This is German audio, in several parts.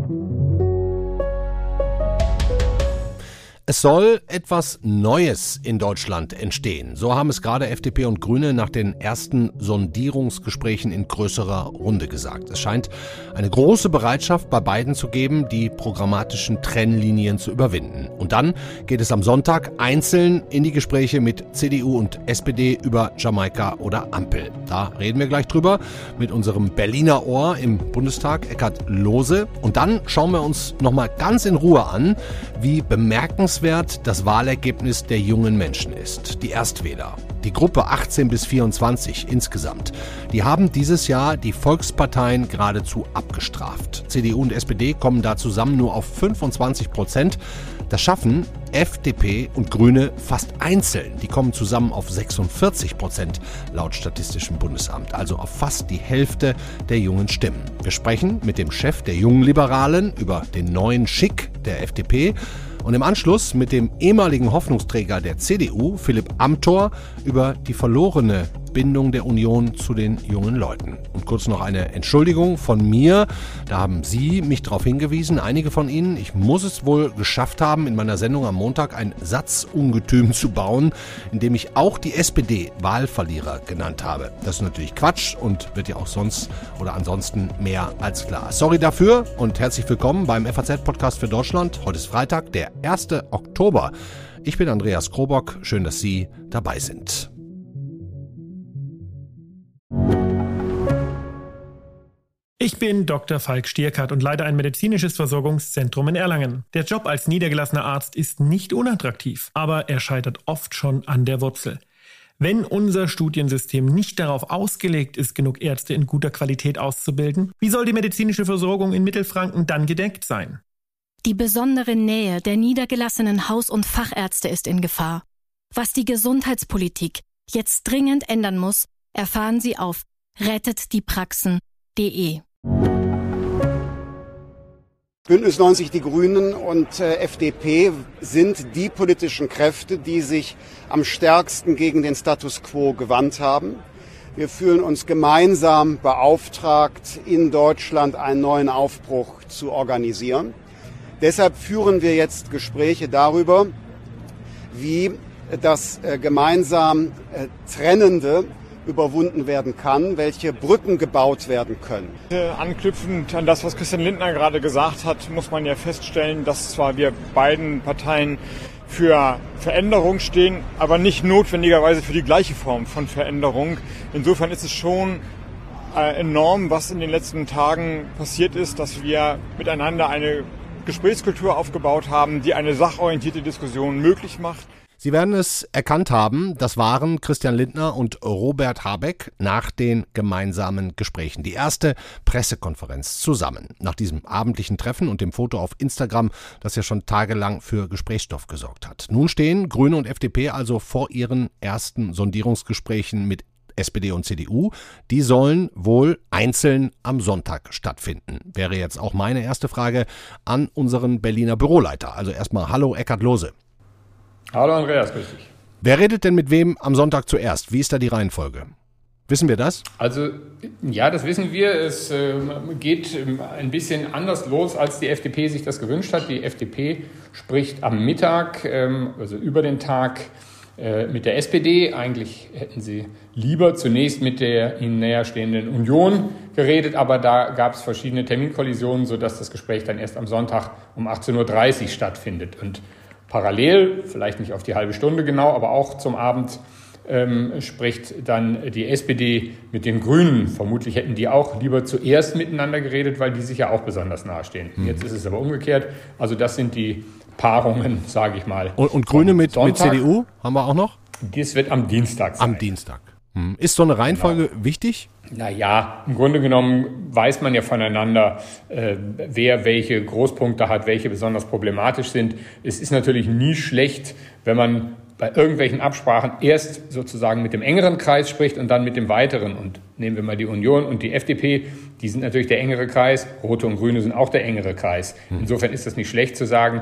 Es soll etwas Neues in Deutschland entstehen. So haben es gerade FDP und Grüne nach den ersten Sondierungsgesprächen in größerer Runde gesagt. Es scheint eine große Bereitschaft bei beiden zu geben, die programmatischen Trennlinien zu überwinden. Und dann geht es am Sonntag einzeln in die Gespräche mit CDU und SPD über Jamaika oder Ampel. Da reden wir gleich drüber mit unserem Berliner Ohr im Bundestag, Eckhard Lohse. Und dann schauen wir uns nochmal ganz in Ruhe an, wie bemerkenswert das Wahlergebnis der jungen Menschen ist. Die Erstwähler, die Gruppe 18 bis 24 insgesamt, die haben dieses Jahr die Volksparteien geradezu abgestraft. CDU und SPD kommen da zusammen nur auf 25%. Das schaffen FDP und Grüne fast einzeln. Die kommen zusammen auf 46% laut Statistischem Bundesamt, also auf fast die Hälfte der jungen Stimmen. Wir sprechen mit dem Chef der Jungen Liberalen über den neuen Schick der FDP und im Anschluss mit dem ehemaligen Hoffnungsträger der CDU, Philipp Amthor, über die verlorene Bindung der Union zu den jungen Leuten. Und kurz noch eine Entschuldigung von mir. Da haben Sie mich darauf hingewiesen, einige von Ihnen. Ich muss es wohl geschafft haben, in meiner Sendung am Montag ein Satzungetüm zu bauen, in dem ich auch die SPD Wahlverlierer genannt habe. Das ist natürlich Quatsch und wird ja auch sonst oder ansonsten mehr als klar. Sorry dafür und herzlich willkommen beim FAZ-Podcast für Deutschland. Heute ist Freitag, der 1. Oktober. Ich bin Andreas Krobock. Schön, dass Sie dabei sind. Ich bin Dr. Falk Stierkart und leite ein medizinisches Versorgungszentrum in Erlangen. Der Job als niedergelassener Arzt ist nicht unattraktiv, aber er scheitert oft schon an der Wurzel. Wenn unser Studiensystem nicht darauf ausgelegt ist, genug Ärzte in guter Qualität auszubilden, wie soll die medizinische Versorgung in Mittelfranken dann gedeckt sein? Die besondere Nähe der niedergelassenen Haus- und Fachärzte ist in Gefahr. Was die Gesundheitspolitik jetzt dringend ändern muss, erfahren Sie auf rettetdiepraxen.de. Bündnis 90 Die Grünen und FDP sind die politischen Kräfte, die sich am stärksten gegen den Status quo gewandt haben. Wir fühlen uns gemeinsam beauftragt, in Deutschland einen neuen Aufbruch zu organisieren. Deshalb führen wir jetzt Gespräche darüber, wie das gemeinsam Trennende überwunden werden kann, welche Brücken gebaut werden können. Anknüpfend an das, was Christian Lindner gerade gesagt hat, muss man ja feststellen, dass zwar wir beiden Parteien für Veränderung stehen, aber nicht notwendigerweise für die gleiche Form von Veränderung. Insofern ist es schon enorm, was in den letzten Tagen passiert ist, dass wir miteinander eine Gesprächskultur aufgebaut haben, die eine sachorientierte Diskussion möglich macht. Sie werden es erkannt haben, das waren Christian Lindner und Robert Habeck nach den gemeinsamen Gesprächen. Die erste Pressekonferenz zusammen. Nach diesem abendlichen Treffen und dem Foto auf Instagram, das ja schon tagelang für Gesprächsstoff gesorgt hat. Nun stehen Grüne und FDP also vor ihren ersten Sondierungsgesprächen mit SPD und CDU. Die sollen wohl einzeln am Sonntag stattfinden. Wäre jetzt auch meine erste Frage an unseren Berliner Büroleiter. Also erstmal hallo Eckhard Lohse. Hallo Andreas, grüß dich. Wer redet denn mit wem am Sonntag zuerst? Wie ist da die Reihenfolge? Wissen wir das? Also ja, das wissen wir. Es geht ein bisschen anders los, als die FDP sich das gewünscht hat. Die FDP spricht am Mittag, also über den Tag, mit der SPD. Eigentlich hätten sie lieber zunächst mit der ihnen näherstehenden Union geredet, aber da gab es verschiedene Terminkollisionen, sodass das Gespräch dann erst am Sonntag um 18.30 Uhr stattfindet. Und parallel, vielleicht nicht auf die halbe Stunde genau, aber auch zum Abend spricht dann die SPD mit den Grünen. Vermutlich hätten die auch lieber zuerst miteinander geredet, weil die sich ja auch besonders nahestehen. Jetzt ist es aber umgekehrt. Also das sind die Paarungen, sage ich mal. Und Grüne mit CDU haben wir auch noch? Das wird am Dienstag sein. Am Dienstag. Ist so eine Reihenfolge wichtig? Naja, im Grunde genommen weiß man ja voneinander, wer welche Großpunkte hat, welche besonders problematisch sind. Es ist natürlich nie schlecht, wenn man bei irgendwelchen Absprachen erst sozusagen mit dem engeren Kreis spricht und dann mit dem weiteren. Und nehmen wir mal die Union und die FDP, die sind natürlich der engere Kreis. Rote und Grüne sind auch der engere Kreis. Insofern ist das nicht schlecht zu sagen,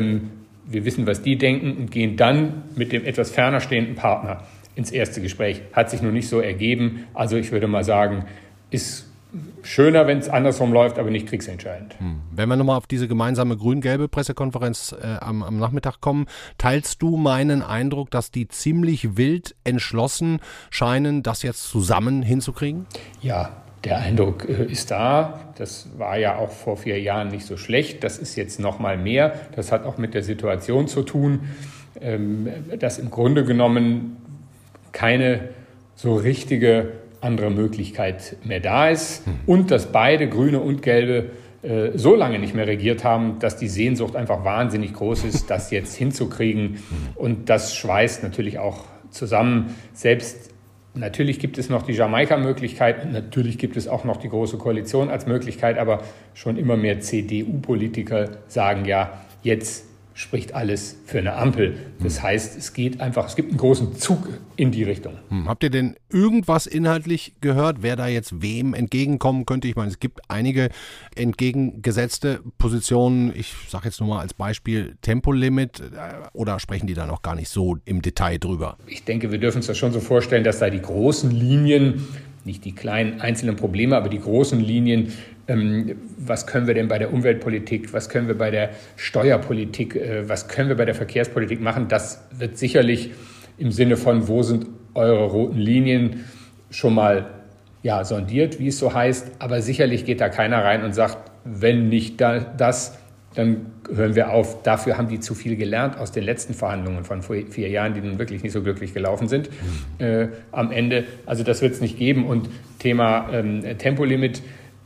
wir wissen, was die denken und gehen dann mit dem etwas ferner stehenden Partner ins erste Gespräch. Hat sich noch nicht so ergeben. Also ich würde mal sagen, ist schöner, wenn es andersrum läuft, aber nicht kriegsentscheidend. Wenn wir nochmal auf diese gemeinsame grün-gelbe Pressekonferenz am Nachmittag kommen, teilst du meinen Eindruck, dass die ziemlich wild entschlossen scheinen, das jetzt zusammen hinzukriegen? Ja, der Eindruck ist da. Das war ja auch vor 4 Jahren nicht so schlecht. Das ist jetzt noch mal mehr. Das hat auch mit der Situation zu tun, dass im Grunde genommen keine so richtige andere Möglichkeit mehr da ist und dass beide, Grüne und Gelbe, so lange nicht mehr regiert haben, dass die Sehnsucht einfach wahnsinnig groß ist, das jetzt hinzukriegen. Und das schweißt natürlich auch zusammen. Selbst natürlich gibt es noch die Jamaika-Möglichkeit und natürlich gibt es auch noch die Große Koalition als Möglichkeit, aber schon immer mehr CDU-Politiker sagen ja, jetzt spricht alles für eine Ampel. Das heißt, es gibt einen großen Zug in die Richtung. Habt ihr denn irgendwas inhaltlich gehört, wer da jetzt wem entgegenkommen könnte? Ich meine, es gibt einige entgegengesetzte Positionen. Ich sage jetzt nur mal als Beispiel Tempolimit, oder sprechen die da noch gar nicht so im Detail drüber? Ich denke, wir dürfen uns das schon so vorstellen, dass da die großen Linien, nicht die kleinen einzelnen Probleme, aber die großen Linien, was können wir denn bei der Umweltpolitik, was können wir bei der Steuerpolitik, was können wir bei der Verkehrspolitik machen, das wird sicherlich im Sinne von, wo sind eure roten Linien, schon mal sondiert, wie es so heißt. Aber sicherlich geht da keiner rein und sagt, wenn nicht das, dann hören wir auf. Dafür haben die zu viel gelernt aus den letzten Verhandlungen von 4 Jahren, die nun wirklich nicht so glücklich gelaufen sind am Ende. Also das wird es nicht geben. Und Thema Tempolimit,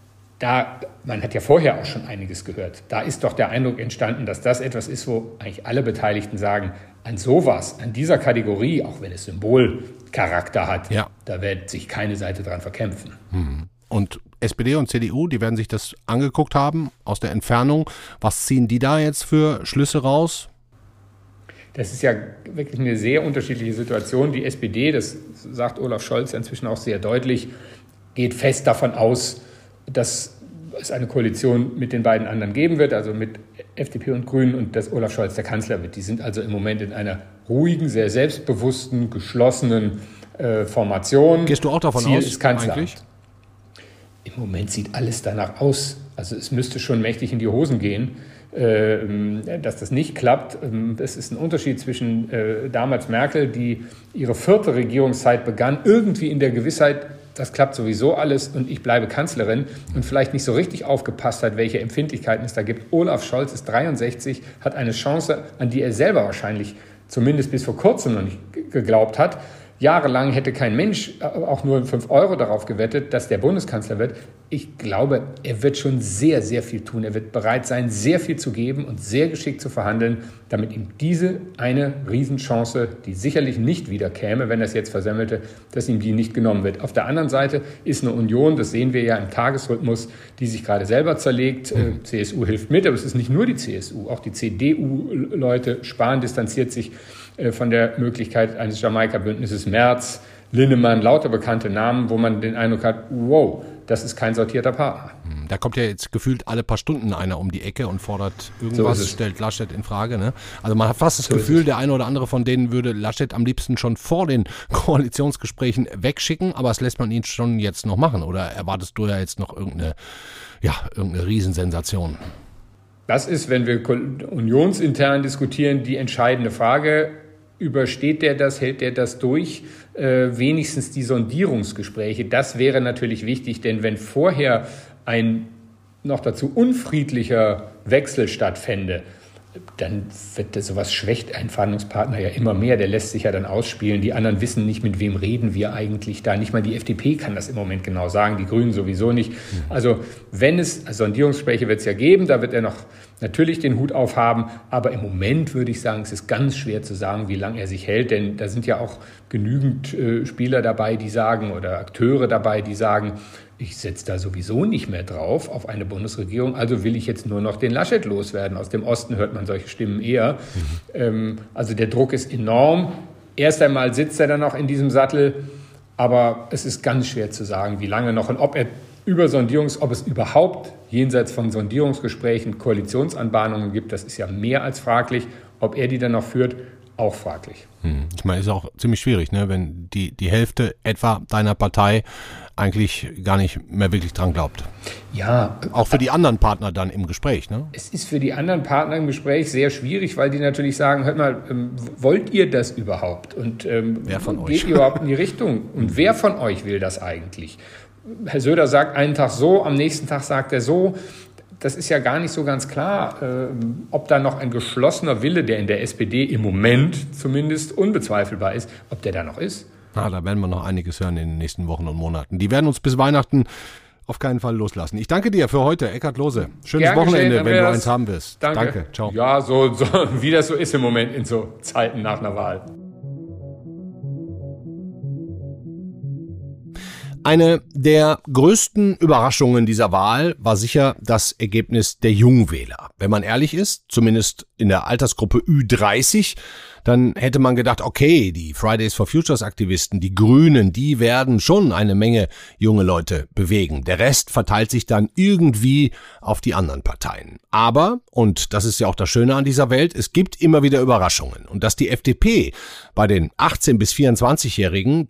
man hat ja vorher auch schon einiges gehört. Da ist doch der Eindruck entstanden, dass das etwas ist, wo eigentlich alle Beteiligten sagen, an sowas, an dieser Kategorie, auch wenn es Symbolcharakter hat, da wird sich keine Seite dran verkämpfen. Und SPD und CDU, die werden sich das angeguckt haben aus der Entfernung. Was ziehen die da jetzt für Schlüsse raus? Das ist ja wirklich eine sehr unterschiedliche Situation. Die SPD, das sagt Olaf Scholz inzwischen auch sehr deutlich, geht fest davon aus, dass es eine Koalition mit den beiden anderen geben wird, also mit FDP und Grünen, und dass Olaf Scholz der Kanzler wird. Die sind also im Moment in einer ruhigen, sehr selbstbewussten, geschlossenen Formation. Gehst du auch davon Ziel aus, ist Kanzleramt. eigentlich? Im Moment sieht alles danach aus. Also es müsste schon mächtig in die Hosen gehen, dass das nicht klappt. Es ist ein Unterschied zwischen damals Merkel, die ihre 4. Regierungszeit begann, irgendwie in der Gewissheit, das klappt sowieso alles und ich bleibe Kanzlerin, und vielleicht nicht so richtig aufgepasst hat, welche Empfindlichkeiten es da gibt. Olaf Scholz ist 63, hat eine Chance, an die er selber wahrscheinlich zumindest bis vor kurzem noch nicht geglaubt hat. Jahrelang hätte kein Mensch auch nur 5 Euro darauf gewettet, dass der Bundeskanzler wird. Ich glaube, er wird schon sehr, sehr viel tun. Er wird bereit sein, sehr viel zu geben und sehr geschickt zu verhandeln, damit ihm diese eine Riesenchance, die sicherlich nicht wieder käme, wenn er es jetzt versemmelte, dass ihm die nicht genommen wird. Auf der anderen Seite ist eine Union, das sehen wir ja im Tagesrhythmus, die sich gerade selber zerlegt. CSU hilft mit, aber es ist nicht nur die CSU. Auch die CDU-Leute, Spahn distanziert sich von der Möglichkeit eines Jamaika-Bündnisses, Merz, Linnemann, lauter bekannte Namen, wo man den Eindruck hat, wow, das ist kein sortierter Partner. Da kommt ja jetzt gefühlt alle paar Stunden einer um die Ecke und fordert irgendwas, so stellt Laschet in Frage. Ne? Also man hat fast das Gefühl, der eine oder andere von denen würde Laschet am liebsten schon vor den Koalitionsgesprächen wegschicken, aber es lässt man ihn schon jetzt noch machen. Oder erwartest du ja jetzt noch irgendeine Riesensensation? Das ist, wenn wir unionsintern diskutieren, die entscheidende Frage. Übersteht der das, hält der das durch? Wenigstens die Sondierungsgespräche, das wäre natürlich wichtig, denn wenn vorher ein noch dazu unfriedlicher Wechsel stattfände, dann wird sowas schwächt ein Verhandlungspartner ja immer mehr. Der lässt sich ja dann ausspielen. Die anderen wissen nicht, mit wem reden wir eigentlich da. Nicht mal die FDP kann das im Moment genau sagen, die Grünen sowieso nicht. Also Sondierungsgespräche wird es ja geben, da wird er noch natürlich den Hut aufhaben. Aber im Moment würde ich sagen, es ist ganz schwer zu sagen, wie lange er sich hält. Denn da sind ja auch genügend Spieler dabei, die sagen, oder Akteure dabei, die sagen, ich setze da sowieso nicht mehr drauf auf eine Bundesregierung, also will ich jetzt nur noch den Laschet loswerden. Aus dem Osten hört man solche Stimmen eher. Also der Druck ist enorm. Erst einmal sitzt er dann noch in diesem Sattel, aber es ist ganz schwer zu sagen, wie lange noch und ob er ob es überhaupt jenseits von Sondierungsgesprächen Koalitionsanbahnungen gibt, das ist ja mehr als fraglich. Ob er die dann noch führt, auch fraglich. Ich meine, ist auch ziemlich schwierig, ne? Wenn die Hälfte etwa deiner Partei eigentlich gar nicht mehr wirklich dran glaubt. Ja. Auch für die anderen Partner dann im Gespräch, ne? Es ist für die anderen Partner im Gespräch sehr schwierig, weil die natürlich sagen, hört mal, wollt ihr das überhaupt? Und wer von euch? Geht ihr überhaupt in die Richtung? Und wer von euch will das eigentlich? Herr Söder sagt einen Tag so, am nächsten Tag sagt er so. Das ist ja gar nicht so ganz klar, ob da noch ein geschlossener Wille, der in der SPD im Moment zumindest unbezweifelbar ist, ob der da noch ist. Da werden wir noch einiges hören in den nächsten Wochen und Monaten. Die werden uns bis Weihnachten auf keinen Fall loslassen. Ich danke dir für heute, Eckhard Lohse. Schönes Gern Wochenende, geschehen, wenn du Andreas. eins haben wirst. Danke. Ciao. Ja, so wie das so ist im Moment in so Zeiten nach einer Wahl. Eine der größten Überraschungen dieser Wahl war sicher das Ergebnis der Jungwähler. Wenn man ehrlich ist, zumindest in der Altersgruppe Ü30, dann hätte man gedacht, okay, die Fridays for Futures Aktivisten, die Grünen, die werden schon eine Menge junge Leute bewegen. Der Rest verteilt sich dann irgendwie auf die anderen Parteien. Aber, und das ist ja auch das Schöne an dieser Welt, es gibt immer wieder Überraschungen. Und dass die FDP bei den 18- bis 24-Jährigen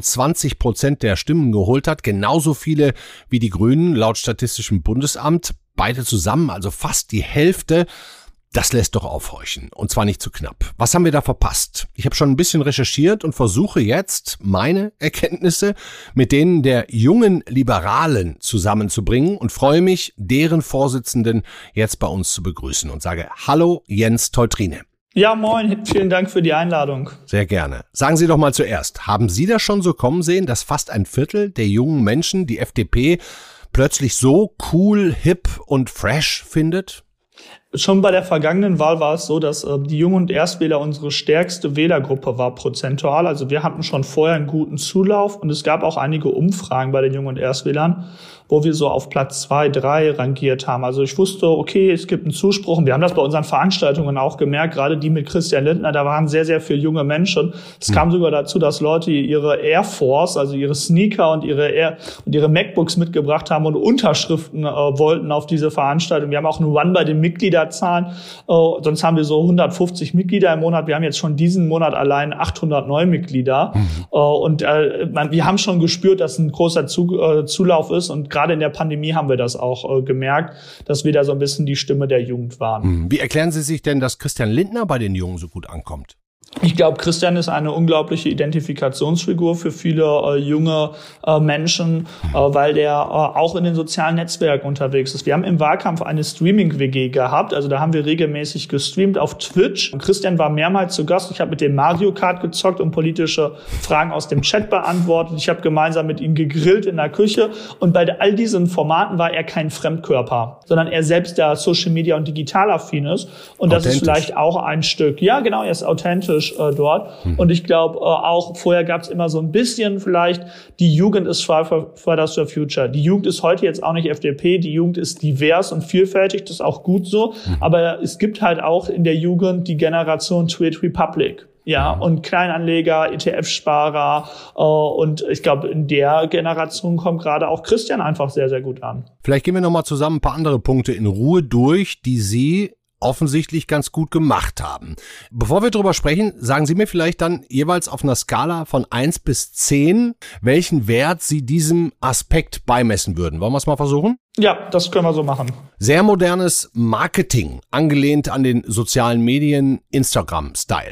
23% der Stimmen geholt hat, genauso viele wie die Grünen laut Statistischem Bundesamt, beide zusammen, also fast die Hälfte. Das lässt doch aufhorchen. Und zwar nicht zu knapp. Was haben wir da verpasst? Ich habe schon ein bisschen recherchiert und versuche jetzt, meine Erkenntnisse mit denen der jungen Liberalen zusammenzubringen und freue mich, deren Vorsitzenden jetzt bei uns zu begrüßen und sage Hallo Jens Teutrine. Ja, moin. Vielen Dank für die Einladung. Sehr gerne. Sagen Sie doch mal zuerst, haben Sie das schon so kommen sehen, dass fast ein Viertel der jungen Menschen die FDP plötzlich so cool, hip und fresh findet? Schon bei der vergangenen Wahl war es so, dass die Jung- und Erstwähler unsere stärkste Wählergruppe war prozentual. Also wir hatten schon vorher einen guten Zulauf und es gab auch einige Umfragen bei den Jung- und Erstwählern, wo wir so auf Platz 2, 3 rangiert haben. Also ich wusste, okay, es gibt einen Zuspruch. Und wir haben das bei unseren Veranstaltungen auch gemerkt, gerade die mit Christian Lindner, da waren sehr, sehr viele junge Menschen. Es kam sogar dazu, dass Leute ihre Air Force, also ihre Sneaker und ihre MacBooks mitgebracht haben und Unterschriften wollten auf diese Veranstaltung. Wir haben auch einen Run bei den Mitgliederzahlen. Sonst haben wir so 150 Mitglieder im Monat. Wir haben jetzt schon diesen Monat allein 800 Neumitglieder. Und wir haben schon gespürt, dass ein großer Zulauf ist. Und gerade in der Pandemie haben wir das auch gemerkt, dass wir da so ein bisschen die Stimme der Jugend waren. Wie erklären Sie sich denn, dass Christian Lindner bei den Jungen so gut ankommt? Ich glaube, Christian ist eine unglaubliche Identifikationsfigur für viele junge Menschen, weil der auch in den sozialen Netzwerken unterwegs ist. Wir haben im Wahlkampf eine Streaming-WG gehabt, also da haben wir regelmäßig gestreamt auf Twitch. Christian war mehrmals zu Gast. Ich habe mit dem Mario Kart gezockt und politische Fragen aus dem Chat beantwortet. Ich habe gemeinsam mit ihm gegrillt in der Küche und bei all diesen Formaten war er kein Fremdkörper, sondern er selbst, der Social Media und digital affin ist. Und das ist vielleicht auch ein Stück. Ja, genau, er ist authentisch dort. Und ich glaube, auch vorher gab es immer so ein bisschen vielleicht, die Jugend ist Fridays for Future. Die Jugend ist heute jetzt auch nicht FDP, die Jugend ist divers und vielfältig, das ist auch gut so. Aber es gibt halt auch in der Jugend die Generation Trade Republic. Ja, und Kleinanleger, ETF-Sparer und ich glaube, in der Generation kommt gerade auch Christian einfach sehr, sehr gut an. Vielleicht gehen wir nochmal zusammen ein paar andere Punkte in Ruhe durch, die Sie offensichtlich ganz gut gemacht haben. Bevor wir drüber sprechen, sagen Sie mir vielleicht dann jeweils auf einer Skala von 1 bis 10, welchen Wert Sie diesem Aspekt beimessen würden. Wollen wir es mal versuchen? Ja, das können wir so machen. Sehr modernes Marketing, angelehnt an den sozialen Medien, Instagram-Style.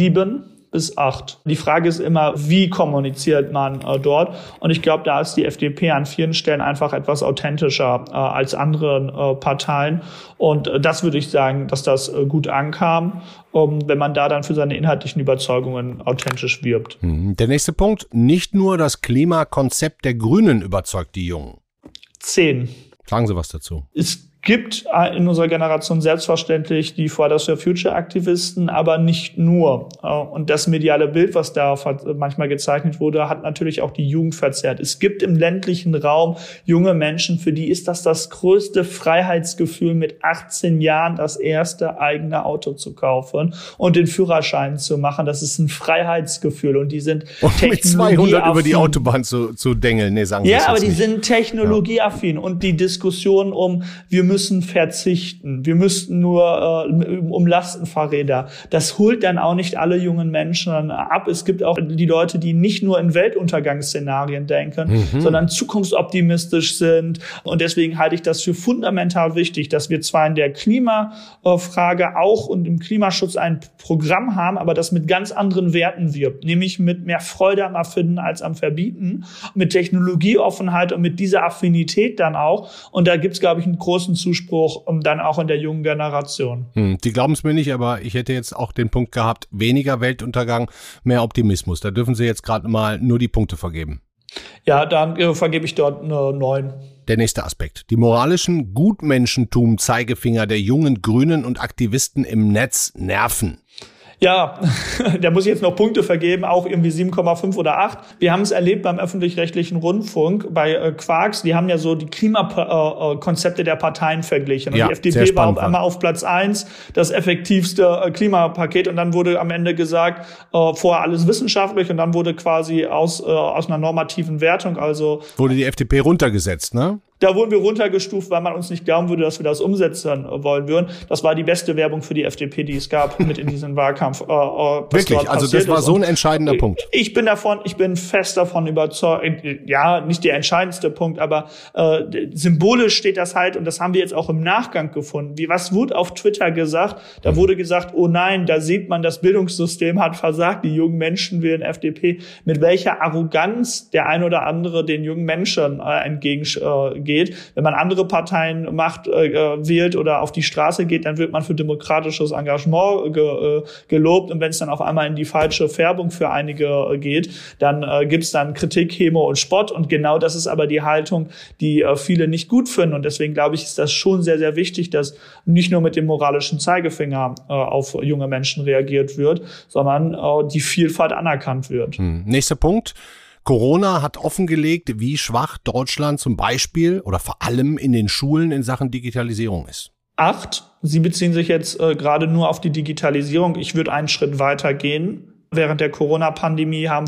7 bis 8. Die Frage ist immer, wie kommuniziert man dort? Und ich glaube, da ist die FDP an vielen Stellen einfach etwas authentischer als andere Parteien. Und das würde ich sagen, dass das gut ankam, wenn man da dann für seine inhaltlichen Überzeugungen authentisch wirbt. Der nächste Punkt, nicht nur das Klimakonzept der Grünen überzeugt die Jungen. 10. Sagen Sie was dazu. Es gibt in unserer Generation selbstverständlich die Fridays for Future Aktivisten, aber nicht nur. Und das mediale Bild, was da manchmal gezeichnet wurde, hat natürlich auch die Jugend verzerrt. Es gibt im ländlichen Raum junge Menschen, für die ist das größte Freiheitsgefühl, mit 18 Jahren das erste eigene Auto zu kaufen und den Führerschein zu machen. Das ist ein Freiheitsgefühl und die sind mit 200 über die Autobahn zu dengeln. Nee, sagen Sie ja, das aber die nicht. sind technologieaffin und die Diskussion um, wir müssen verzichten, wir müssten nur um Lastenfahrräder. Das holt dann auch nicht alle jungen Menschen ab. Es gibt auch die Leute, die nicht nur in Weltuntergangsszenarien denken, sondern zukunftsoptimistisch sind. Und deswegen halte ich das für fundamental wichtig, dass wir zwar in der Klimafrage auch und im Klimaschutz ein Programm haben, aber das mit ganz anderen Werten wirbt, nämlich mit mehr Freude am Erfinden als am Verbieten, mit Technologieoffenheit und mit dieser Affinität dann auch. Und da gibt's, glaube ich, einen großen Zuspruch dann auch in der jungen Generation. Die glauben es mir nicht, aber ich hätte jetzt auch den Punkt gehabt, weniger Weltuntergang, mehr Optimismus. Da dürfen Sie jetzt gerade mal nur die Punkte vergeben. Ja, dann vergebe ich dort eine 9. Der nächste Aspekt. Die moralischen Gutmenschentum-Zeigefinger der jungen Grünen und Aktivisten im Netz nerven. Ja, da muss ich jetzt noch Punkte vergeben, auch irgendwie 7,5 oder 8. Wir haben es erlebt beim öffentlich-rechtlichen Rundfunk, bei Quarks, die haben ja so die Klimakonzepte der Parteien verglichen. Und die FDP war auf einmal auf Platz 1, das effektivste Klimapaket. Und dann wurde am Ende gesagt, vorher alles wissenschaftlich und dann wurde quasi aus einer normativen Wertung, also... Wurde die FDP runtergesetzt, ne? Da wurden wir runtergestuft, weil man uns nicht glauben würde, dass wir das umsetzen wollen würden. Das war die beste Werbung für die FDP, die es gab, mit in diesem Wahlkampf. Wirklich? Also das war so ein entscheidender Punkt. Ich bin fest davon überzeugt, ja, nicht der entscheidendste Punkt, aber symbolisch steht das halt, und das haben wir jetzt auch im Nachgang gefunden. Was wurde auf Twitter gesagt? Da wurde gesagt, oh nein, da sieht man, das Bildungssystem hat versagt, die jungen Menschen wählen FDP. Mit welcher Arroganz der ein oder andere den jungen Menschen entgegengeht. Wenn man andere Parteien wählt oder auf die Straße geht, dann wird man für demokratisches Engagement gelobt. Und wenn es dann auf einmal in die falsche Färbung für einige geht, dann gibt's dann Kritik, Häme und Spott. Und genau das ist aber die Haltung, die viele nicht gut finden. Und deswegen glaube ich, ist das schon sehr, sehr wichtig, dass nicht nur mit dem moralischen Zeigefinger auf junge Menschen reagiert wird, sondern die Vielfalt anerkannt wird. Nächster Punkt. Corona hat offengelegt, wie schwach Deutschland zum Beispiel oder vor allem in den Schulen in Sachen Digitalisierung ist. 8. Sie beziehen sich jetzt gerade nur auf die Digitalisierung. Ich würde einen Schritt weiter gehen. Während der Corona-Pandemie haben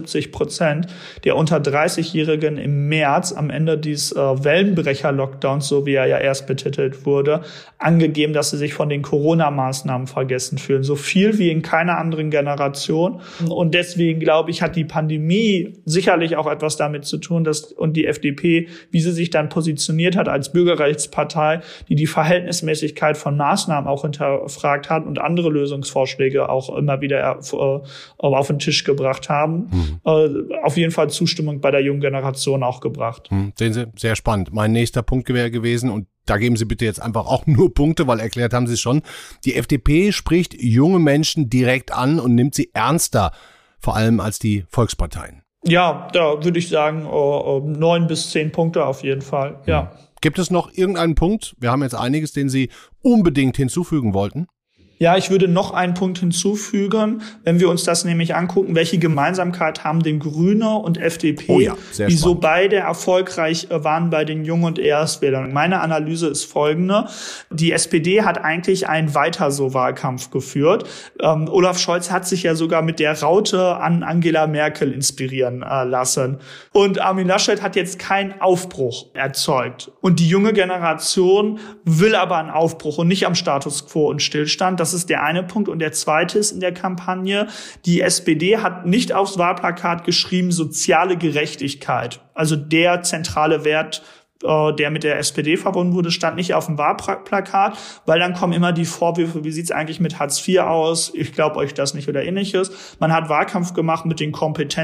75% der unter 30-Jährigen im März am Ende dieses Wellenbrecher-Lockdowns, so wie er ja erst betitelt wurde, angegeben, dass sie sich von den Corona-Maßnahmen vergessen fühlen. So viel wie in keiner anderen Generation. Und deswegen, glaube ich, hat die Pandemie sicherlich auch etwas damit zu tun, und die FDP, wie sie sich dann positioniert hat als Bürgerrechtspartei, die Verhältnismäßigkeit von Maßnahmen auch hinterfragt hat und andere Lösungsvorschläge auch immer wieder auf den Tisch gebracht haben. Auf jeden Fall Zustimmung bei der jungen Generation auch gebracht. Sehen Sie, sehr spannend. Mein nächster Punkt wäre gewesen, und da geben Sie bitte jetzt einfach auch nur Punkte, weil erklärt haben Sie es schon. Die FDP spricht junge Menschen direkt an und nimmt sie ernster, vor allem als die Volksparteien. Ja, da würde ich sagen 9 bis 10 Punkte auf jeden Fall, ja. Gibt es noch irgendeinen Punkt? Wir haben jetzt einiges, den Sie unbedingt hinzufügen wollten. Ja, ich würde noch einen Punkt hinzufügen, wenn wir uns das nämlich angucken, welche Gemeinsamkeit haben denn Grüne und FDP, wieso beide erfolgreich waren bei den Jung- und Erstwählern. Meine Analyse ist folgende: Die SPD hat eigentlich einen Weiter-so-Wahlkampf geführt. Olaf Scholz hat sich ja sogar mit der Raute an Angela Merkel inspirieren lassen. Und Armin Laschet hat jetzt keinen Aufbruch erzeugt. Und die junge Generation will aber einen Aufbruch und nicht am Status quo und Stillstand. Das ist der eine Punkt. Und der zweite ist in der Kampagne: Die SPD hat nicht aufs Wahlplakat geschrieben soziale Gerechtigkeit. Also der zentrale Wert, der mit der SPD verbunden wurde, stand nicht auf dem Wahlplakat, weil dann kommen immer die Vorwürfe, wie sieht's eigentlich mit Hartz IV aus? Ich glaube euch das nicht oder ähnliches. Man hat Wahlkampf gemacht mit den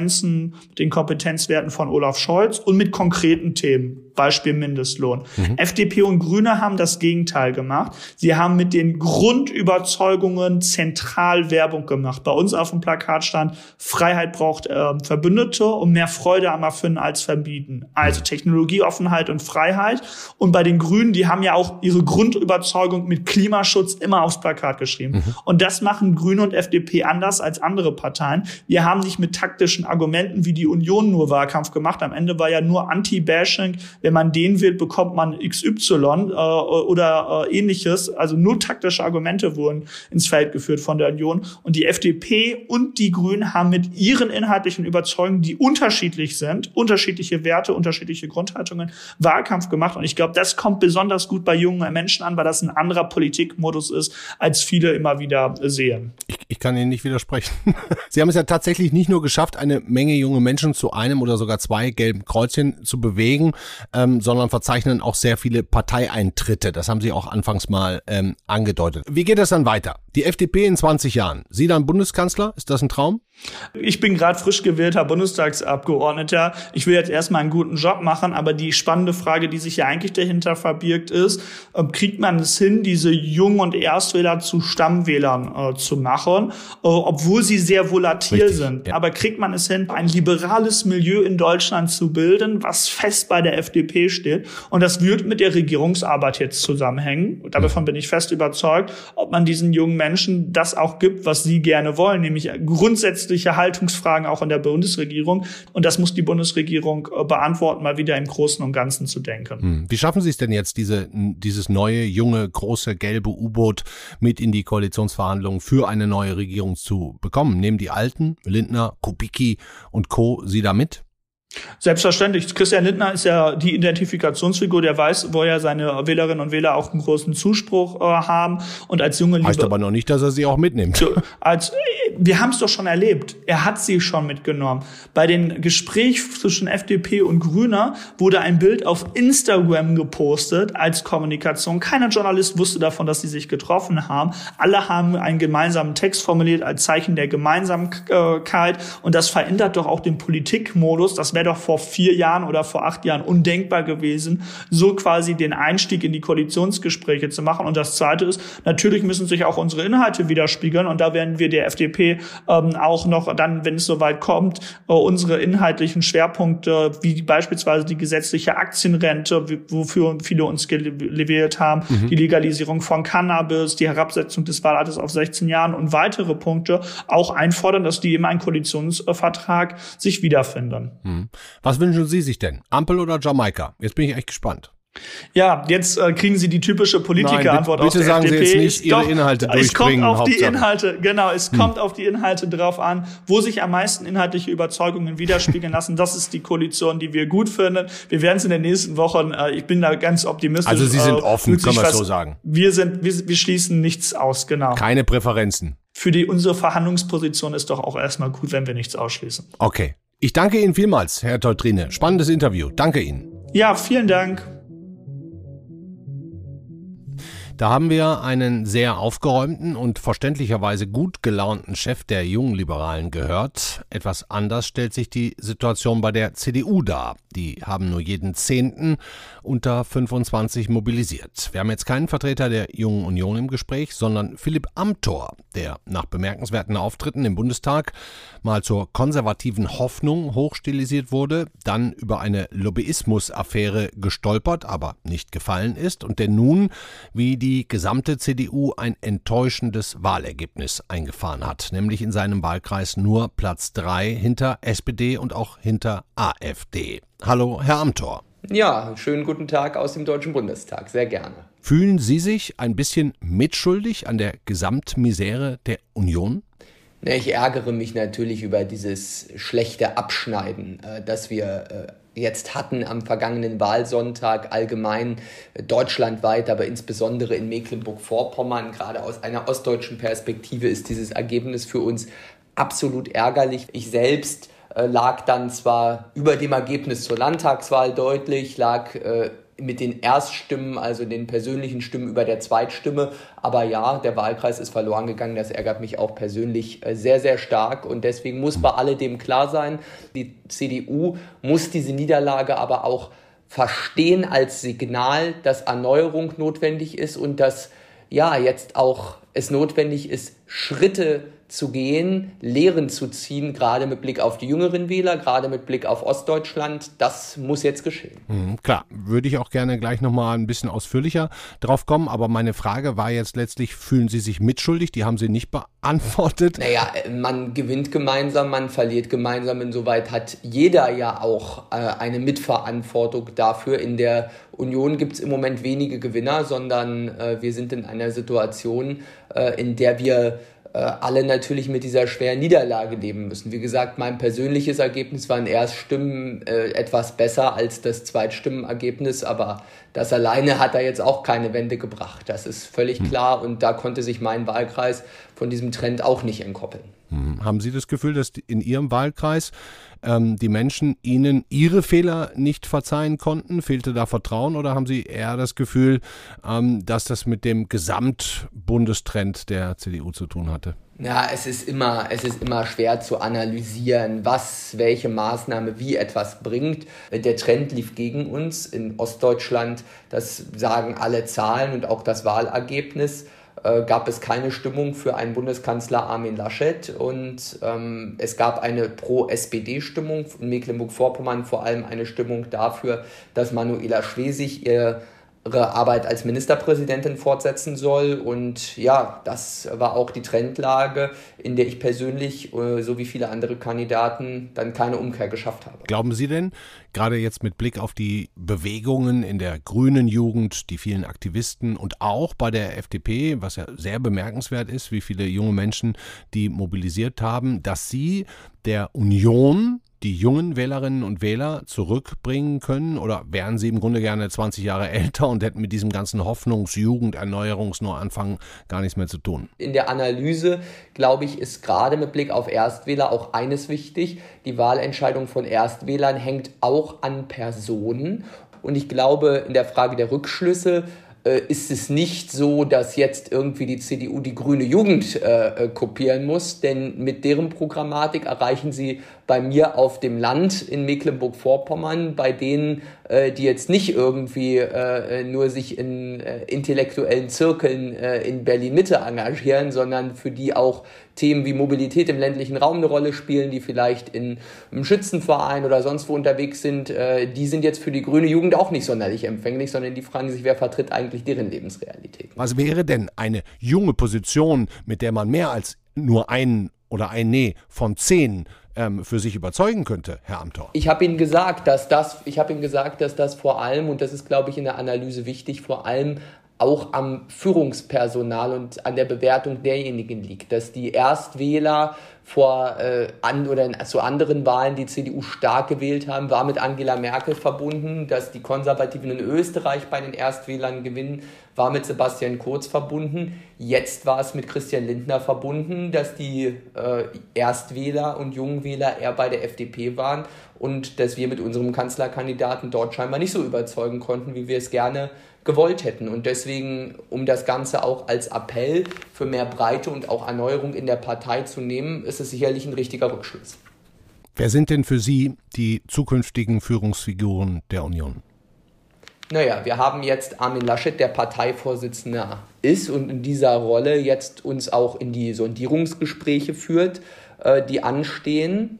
Kompetenzwerten von Olaf Scholz und mit konkreten Themen. Beispiel Mindestlohn. FDP und Grüne haben das Gegenteil gemacht. Sie haben mit den Grundüberzeugungen zentral Werbung gemacht. Bei uns auf dem Plakat stand: Freiheit braucht Verbündete und mehr Freude am Erfinden als Verbieten. Also Technologieoffenheit und Freiheit. Und bei den Grünen, die haben ja auch ihre Grundüberzeugung mit Klimaschutz immer aufs Plakat geschrieben. Und das machen Grüne und FDP anders als andere Parteien. Wir haben nicht mit taktischen Argumenten wie die Union nur Wahlkampf gemacht. Am Ende war ja nur Anti-Bashing. Wenn man den wählt, bekommt man XY oder ähnliches. Also nur taktische Argumente wurden ins Feld geführt von der Union. Und die FDP und die Grünen haben mit ihren inhaltlichen Überzeugungen, die unterschiedlich sind, unterschiedliche Werte, unterschiedliche Grundhaltungen, Wahlkampf Wahlkampf gemacht. Und ich glaube, das kommt besonders gut bei jungen Menschen an, weil das ein anderer Politikmodus ist, als viele immer wieder sehen. Ich kann Ihnen nicht widersprechen. Sie haben es ja tatsächlich nicht nur geschafft, eine Menge junge Menschen zu einem oder sogar zwei gelben Kreuzchen zu bewegen, sondern verzeichnen auch sehr viele Parteieintritte. Das haben Sie auch anfangs mal angedeutet. Wie geht es dann weiter? Die FDP in 20 Jahren. Sie dann Bundeskanzler? Ist das ein Traum? Ich bin gerade frisch gewählter Bundestagsabgeordneter. Ich will jetzt erstmal einen guten Job machen, aber die spannende Frage, die sich ja eigentlich dahinter verbirgt, ist, kriegt man es hin, diese Jung- und Erstwähler zu Stammwählern zu machen, obwohl sie sehr volatil sind. Ja. Aber kriegt man es hin, ein liberales Milieu in Deutschland zu bilden, was fest bei der FDP steht? Und das wird mit der Regierungsarbeit jetzt zusammenhängen. Davon bin ich fest überzeugt, ob man diesen jungen Menschen das auch gibt, was sie gerne wollen, nämlich grundsätzliche Haltungsfragen auch in der Bundesregierung. Und das muss die Bundesregierung beantworten, mal wieder im Großen und Ganzen zu denken. Wie schaffen Sie es denn jetzt, dieses neue, junge, große, gelbe U-Boot mit in die Koalitionsverhandlungen für eine neue Regierung zu bekommen? Nehmen die Alten, Lindner, Kubicki und Co. Sie da mit? Selbstverständlich. Christian Lindner ist ja die Identifikationsfigur, der weiß, wo ja seine Wählerinnen und Wähler auch einen großen Zuspruch haben. Und als junge heißt aber noch nicht, dass er sie auch mitnimmt. Wir haben es doch schon erlebt. Er hat sie schon mitgenommen. Bei den Gesprächen zwischen FDP und Grüner wurde ein Bild auf Instagram gepostet als Kommunikation. Keiner Journalist wusste davon, dass sie sich getroffen haben. Alle haben einen gemeinsamen Text formuliert als Zeichen der Gemeinsamkeit. Und das verändert doch auch den Politikmodus. Das wäre doch vor 4 Jahren oder vor 8 Jahren undenkbar gewesen, so quasi den Einstieg in die Koalitionsgespräche zu machen. Und das Zweite ist, natürlich müssen sich auch unsere Inhalte widerspiegeln. Und da werden wir der FDP auch noch dann, wenn es soweit kommt, unsere inhaltlichen Schwerpunkte, wie beispielsweise die gesetzliche Aktienrente, wofür viele uns gewählt haben, die Legalisierung von Cannabis, die Herabsetzung des Wahlalters auf 16 Jahren und weitere Punkte auch einfordern, dass die in einem Koalitionsvertrag sich wiederfinden. Was wünschen Sie sich denn? Ampel oder Jamaika? Jetzt bin ich echt gespannt. Ja, jetzt kriegen Sie die typische Politikerantwort aus der sagen FDP. Sie jetzt nicht Ihre Inhalte durchbringen. Es kommt auf die Inhalte, genau, es kommt auf die Inhalte drauf an, wo sich am meisten inhaltliche Überzeugungen widerspiegeln lassen. Das ist die Koalition, die wir gut finden. Wir werden es in den nächsten Wochen, ich bin da ganz optimistisch. Also Sie sind offen, kann man so sagen. Wir schließen nichts aus, genau. Keine Präferenzen. Unsere Verhandlungsposition ist doch auch erstmal gut, wenn wir nichts ausschließen. Okay. Ich danke Ihnen vielmals, Herr Teutrine. Spannendes Interview. Danke Ihnen. Ja, vielen Dank. Da haben wir einen sehr aufgeräumten und verständlicherweise gut gelaunten Chef der jungen Liberalen gehört. Etwas anders stellt sich die Situation bei der CDU dar. Die haben nur jeden 10. unter 25 mobilisiert. Wir haben jetzt keinen Vertreter der Jungen Union im Gespräch, sondern Philipp Amthor, der nach bemerkenswerten Auftritten im Bundestag mal zur konservativen Hoffnung hochstilisiert wurde, dann über eine Lobbyismus-Affäre gestolpert, aber nicht gefallen ist und der nun, wie die gesamte CDU, ein enttäuschendes Wahlergebnis eingefahren hat, nämlich in seinem Wahlkreis nur Platz 3 hinter SPD und auch hinter AfD. Hallo, Herr Amthor. Ja, schönen guten Tag aus dem Deutschen Bundestag, sehr gerne. Fühlen Sie sich ein bisschen mitschuldig an der Gesamtmisere der Union? Ich ärgere mich natürlich über dieses schlechte Abschneiden, das wir jetzt hatten am vergangenen Wahlsonntag, allgemein deutschlandweit, aber insbesondere in Mecklenburg-Vorpommern. Gerade aus einer ostdeutschen Perspektive ist dieses Ergebnis für uns absolut ärgerlich. Ich selbst lag dann zwar über dem Ergebnis zur Landtagswahl deutlich, lag mit den Erststimmen, also den persönlichen Stimmen über der Zweitstimme. Aber ja, der Wahlkreis ist verloren gegangen. Das ärgert mich auch persönlich sehr, sehr stark. Und deswegen muss bei alledem klar sein, die CDU muss diese Niederlage aber auch verstehen als Signal, dass Erneuerung notwendig ist und dass ja jetzt auch es notwendig ist, Schritte zu gehen, Lehren zu ziehen, gerade mit Blick auf die jüngeren Wähler, gerade mit Blick auf Ostdeutschland. Das muss jetzt geschehen. Klar, würde ich auch gerne gleich nochmal ein bisschen ausführlicher drauf kommen, aber meine Frage war jetzt letztlich, fühlen Sie sich mitschuldig? Die haben Sie nicht beantwortet. Naja, man gewinnt gemeinsam, man verliert gemeinsam. Insoweit hat jeder ja auch eine Mitverantwortung dafür. In der Union gibt es im Moment wenige Gewinner, sondern wir sind in einer Situation, in der wir alle natürlich mit dieser schweren Niederlage leben müssen. Wie gesagt, mein persönliches Ergebnis waren Erststimmen etwas besser als das Zweitstimmenergebnis, aber das alleine hat da jetzt auch keine Wende gebracht. Das ist völlig klar und da konnte sich mein Wahlkreis von diesem Trend auch nicht entkoppeln. Haben Sie das Gefühl, dass in Ihrem Wahlkreis die Menschen Ihnen Ihre Fehler nicht verzeihen konnten? Fehlte da Vertrauen oder haben Sie eher das Gefühl, dass das mit dem Gesamtbundestrend der CDU zu tun hatte? Ja, es ist immer schwer zu analysieren, welche Maßnahme wie etwas bringt. Der Trend lief gegen uns in Ostdeutschland, das sagen alle Zahlen und auch das Wahlergebnis. Gab es keine Stimmung für einen Bundeskanzler Armin Laschet und es gab eine Pro-SPD-Stimmung in Mecklenburg-Vorpommern, vor allem eine Stimmung dafür, dass Manuela Schwesig ihre Arbeit als Ministerpräsidentin fortsetzen soll und ja, das war auch die Trendlage, in der ich persönlich, so wie viele andere Kandidaten, dann keine Umkehr geschafft habe. Glauben Sie denn, gerade jetzt mit Blick auf die Bewegungen in der grünen Jugend, die vielen Aktivisten und auch bei der FDP, was ja sehr bemerkenswert ist, wie viele junge Menschen die mobilisiert haben, dass Sie der Union die jungen Wählerinnen und Wähler zurückbringen können? Oder wären Sie im Grunde gerne 20 Jahre älter und hätten mit diesem ganzen Erneuerungsneuanfang gar nichts mehr zu tun? In der Analyse, glaube ich, ist gerade mit Blick auf Erstwähler auch eines wichtig. Die Wahlentscheidung von Erstwählern hängt auch an Personen. Und ich glaube, in der Frage der Rückschlüsse ist es nicht so, dass jetzt irgendwie die CDU die grüne Jugend kopieren muss, denn mit deren Programmatik erreichen sie bei mir auf dem Land in Mecklenburg-Vorpommern, bei denen, die jetzt nicht irgendwie nur sich in intellektuellen Zirkeln in Berlin-Mitte engagieren, sondern für die auch Themen wie Mobilität im ländlichen Raum eine Rolle spielen, die vielleicht in einem Schützenverein oder sonst wo unterwegs sind, die sind jetzt für die grüne Jugend auch nicht sonderlich empfänglich, sondern die fragen sich, wer vertritt eigentlich deren Lebensrealität. Was wäre denn eine junge Position, mit der man mehr als nur einen oder ein Nee von 10 für sich überzeugen könnte, Herr Amthor? Ich habe Ihnen gesagt, dass das vor allem, und das ist, glaube ich, in der Analyse wichtig, vor allem auch am Führungspersonal und an der Bewertung derjenigen liegt, dass die Erstwähler zu anderen Wahlen die CDU stark gewählt haben, war mit Angela Merkel verbunden, dass die Konservativen in Österreich bei den Erstwählern gewinnen, war mit Sebastian Kurz verbunden. Jetzt war es mit Christian Lindner verbunden, dass die Erstwähler und Jungwähler eher bei der FDP waren und dass wir mit unserem Kanzlerkandidaten dort scheinbar nicht so überzeugen konnten, wie wir es gerne gewollt hätten. Und deswegen, um das Ganze auch als Appell für mehr Breite und auch Erneuerung in der Partei zu nehmen, ist es sicherlich ein richtiger Rückschluss. Wer sind denn für Sie die zukünftigen Führungsfiguren der Union? Naja, wir haben jetzt Armin Laschet, der Parteivorsitzender ist und in dieser Rolle jetzt uns auch in die Sondierungsgespräche führt, die anstehen.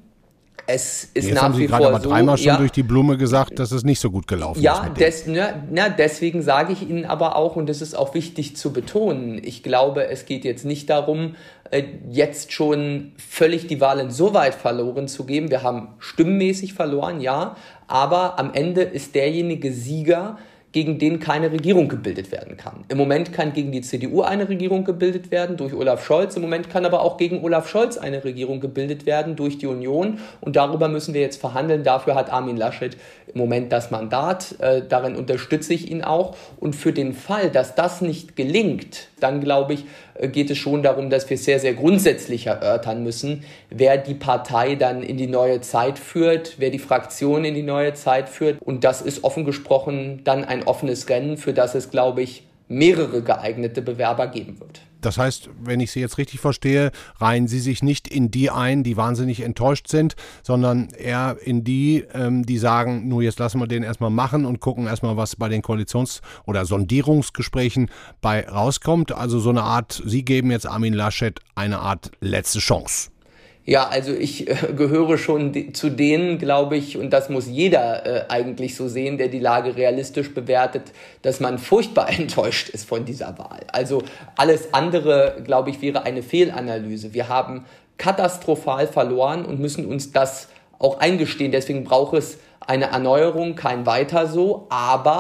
Es ist jetzt nach haben Sie wie gerade vor aber dreimal schon durch die Blume gesagt, dass es nicht so gut gelaufen ist. Deswegen sage ich Ihnen aber auch, und das ist auch wichtig zu betonen, ich glaube, es geht jetzt nicht darum, jetzt schon völlig die Wahlen so weit verloren zu geben. Wir haben stimmenmäßig verloren, ja, aber am Ende ist derjenige Sieger, gegen den keine Regierung gebildet werden kann. Im Moment kann gegen die CDU eine Regierung gebildet werden durch Olaf Scholz. Im Moment kann aber auch gegen Olaf Scholz eine Regierung gebildet werden durch die Union. Und darüber müssen wir jetzt verhandeln. Dafür hat Armin Laschet im Moment das Mandat. Darin unterstütze ich ihn auch. Und für den Fall, dass das nicht gelingt, dann glaube ich, geht es schon darum, dass wir sehr, sehr grundsätzlich erörtern müssen, wer die Partei dann in die neue Zeit führt, wer die Fraktion in die neue Zeit führt. Und das ist offen gesprochen dann ein offenes Rennen, für das es, glaube ich, mehrere geeignete Bewerber geben wird. Das heißt, wenn ich Sie jetzt richtig verstehe, reihen Sie sich nicht in die ein, die wahnsinnig enttäuscht sind, sondern eher in die, die sagen, nur jetzt lassen wir den erstmal machen und gucken erstmal, was bei den Koalitions- oder Sondierungsgesprächen bei rauskommt. Also so eine Art, Sie geben jetzt Armin Laschet eine Art letzte Chance. Ja, also ich gehöre schon zu denen, glaube ich, und das muss jeder eigentlich so sehen, der die Lage realistisch bewertet, dass man furchtbar enttäuscht ist von dieser Wahl. Also alles andere, glaube ich, wäre eine Fehlanalyse. Wir haben katastrophal verloren und müssen uns das auch eingestehen. Deswegen braucht es eine Erneuerung, kein Weiter so, aber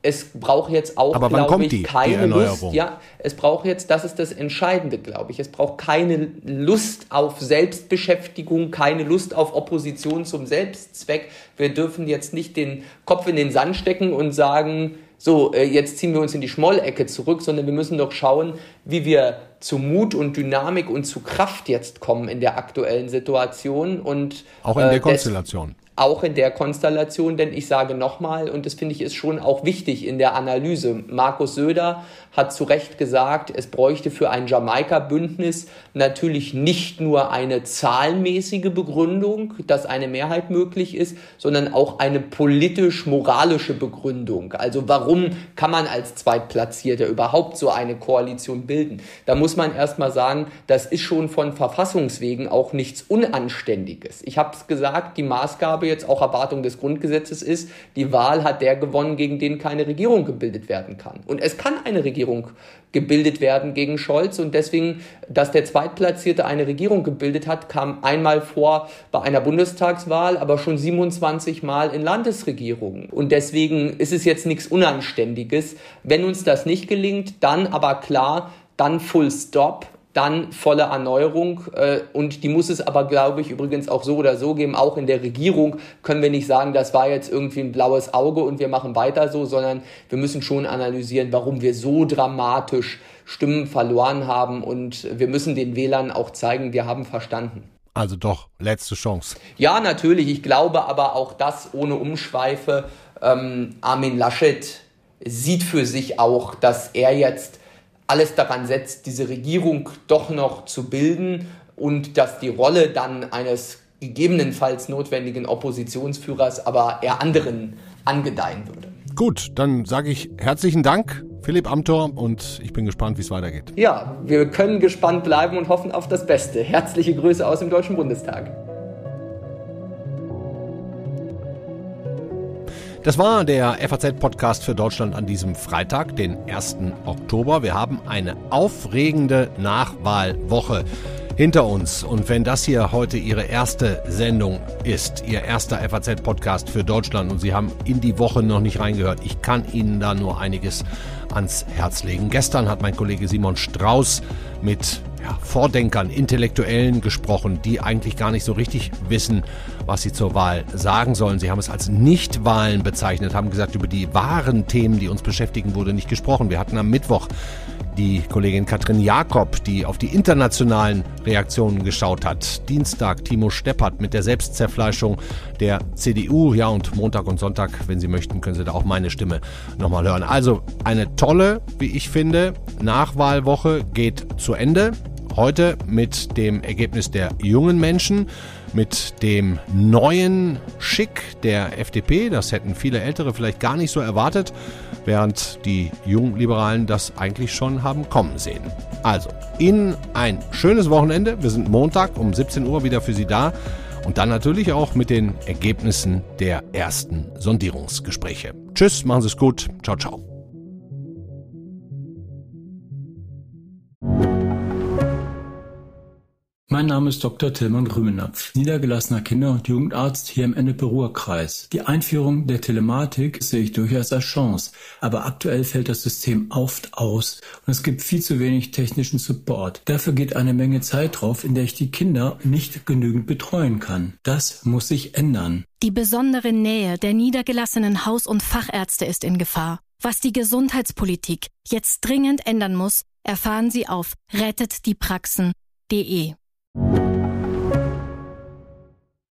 Es braucht jetzt auch, glaube ich, keine Lust. Ja, es braucht jetzt, das ist das Entscheidende, glaube ich. Es braucht keine Lust auf Selbstbeschäftigung, keine Lust auf Opposition zum Selbstzweck. Wir dürfen jetzt nicht den Kopf in den Sand stecken und sagen, so, jetzt ziehen wir uns in die Schmollecke zurück, sondern wir müssen doch schauen, wie wir zu Mut und Dynamik und zu Kraft jetzt kommen in der aktuellen Situation. Und auch in der Konstellation. Auch in der Konstellation, denn ich sage nochmal, und das finde ich ist schon auch wichtig in der Analyse, Markus Söder hat zu Recht gesagt, es bräuchte für ein Jamaika-Bündnis natürlich nicht nur eine zahlenmäßige Begründung, dass eine Mehrheit möglich ist, sondern auch eine politisch-moralische Begründung. Also warum kann man als Zweitplatzierter überhaupt so eine Koalition bilden? Da muss man erstmal sagen, das ist schon von Verfassungswegen auch nichts Unanständiges. Ich habe es gesagt, die Maßgabe jetzt auch Erwartung des Grundgesetzes ist, die Wahl hat der gewonnen, gegen den keine Regierung gebildet werden kann. Und es kann eine Regierung gebildet werden gegen Scholz und deswegen, dass der Zweitplatzierte eine Regierung gebildet hat, kam einmal vor bei einer Bundestagswahl, aber schon 27 Mal in Landesregierungen. Und deswegen ist es jetzt nichts Unanständiges. Wenn uns das nicht gelingt, dann aber klar, dann Full Stop, dann volle Erneuerung und die muss es aber, glaube ich, übrigens auch so oder so geben. Auch in der Regierung können wir nicht sagen, das war jetzt irgendwie ein blaues Auge und wir machen weiter so, sondern wir müssen schon analysieren, warum wir so dramatisch Stimmen verloren haben und wir müssen den Wählern auch zeigen, wir haben verstanden. Also doch, letzte Chance. Ja, natürlich. Ich glaube aber auch das ohne Umschweife. Armin Laschet sieht für sich auch, dass er jetzt alles daran setzt, diese Regierung doch noch zu bilden und dass die Rolle dann eines gegebenenfalls notwendigen Oppositionsführers aber eher anderen angedeihen würde. Gut, dann sage ich herzlichen Dank, Philipp Amthor, und ich bin gespannt, wie es weitergeht. Ja, wir können gespannt bleiben und hoffen auf das Beste. Herzliche Grüße aus dem Deutschen Bundestag. Das war der FAZ-Podcast für Deutschland an diesem Freitag, den 1. Oktober. Wir haben eine aufregende Nachwahlwoche hinter uns. Und wenn das hier heute Ihre erste Sendung ist, Ihr erster FAZ-Podcast für Deutschland und Sie haben in die Woche noch nicht reingehört, ich kann Ihnen da nur einiges ans Herz legen. Gestern hat mein Kollege Simon Strauß mit Vordenkern, Intellektuellen gesprochen, die eigentlich gar nicht so richtig wissen, was sie zur Wahl sagen sollen. Sie haben es als Nichtwahlen bezeichnet, haben gesagt, über die wahren Themen, die uns beschäftigen, wurde nicht gesprochen. Wir hatten am Mittwoch die Kollegin Katrin Jakob, die auf die internationalen Reaktionen geschaut hat. Dienstag Timo Steppert mit der Selbstzerfleischung der CDU. Ja, und Montag und Sonntag, wenn Sie möchten, können Sie da auch meine Stimme nochmal hören. Also eine tolle, wie ich finde, Nachwahlwoche geht zu Ende. Heute mit dem Ergebnis der jungen Menschen, mit dem neuen Schick der FDP. Das hätten viele Ältere vielleicht gar nicht so erwartet, während die Jungliberalen das eigentlich schon haben kommen sehen. Also, Ihnen ein schönes Wochenende. Wir sind Montag um 17 Uhr wieder für Sie da. Und dann natürlich auch mit den Ergebnissen der ersten Sondierungsgespräche. Tschüss, machen Sie es gut. Ciao, ciao. Mein Name ist Dr. Tilman Grümenapf, niedergelassener Kinder- und Jugendarzt hier im Ennepe-Ruhr-Kreis. Die Einführung der Telematik sehe ich durchaus als Chance, aber aktuell fällt das System oft aus und es gibt viel zu wenig technischen Support. Dafür geht eine Menge Zeit drauf, in der ich die Kinder nicht genügend betreuen kann. Das muss sich ändern. Die besondere Nähe der niedergelassenen Haus- und Fachärzte ist in Gefahr. Was die Gesundheitspolitik jetzt dringend ändern muss, erfahren Sie auf rettetdiepraxen.de.